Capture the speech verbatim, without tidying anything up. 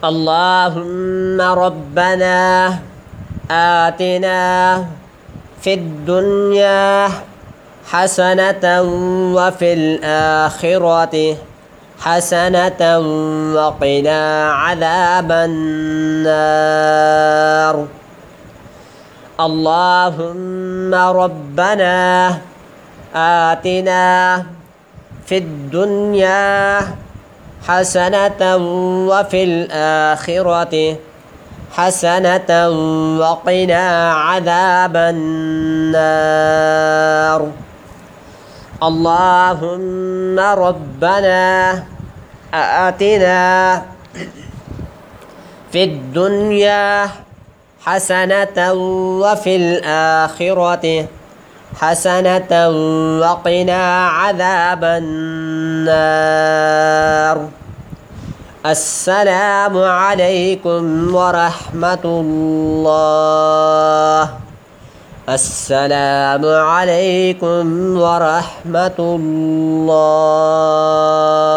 اللهم ربنا آتنا في الدنيا حسنة وفي الآخرة حسنة وقنا عذاب النار. اللهم ربنا آتنا في الدنيا حسنة وفي الآخرة حسنة وقنا عذاب النار. اللهم ربنا آتنا في الدنيا حسنة وفي الآخرة حسنة وقنا عذاب النار. السلام عليكم ورحمة الله. السلام عليكم ورحمة الله.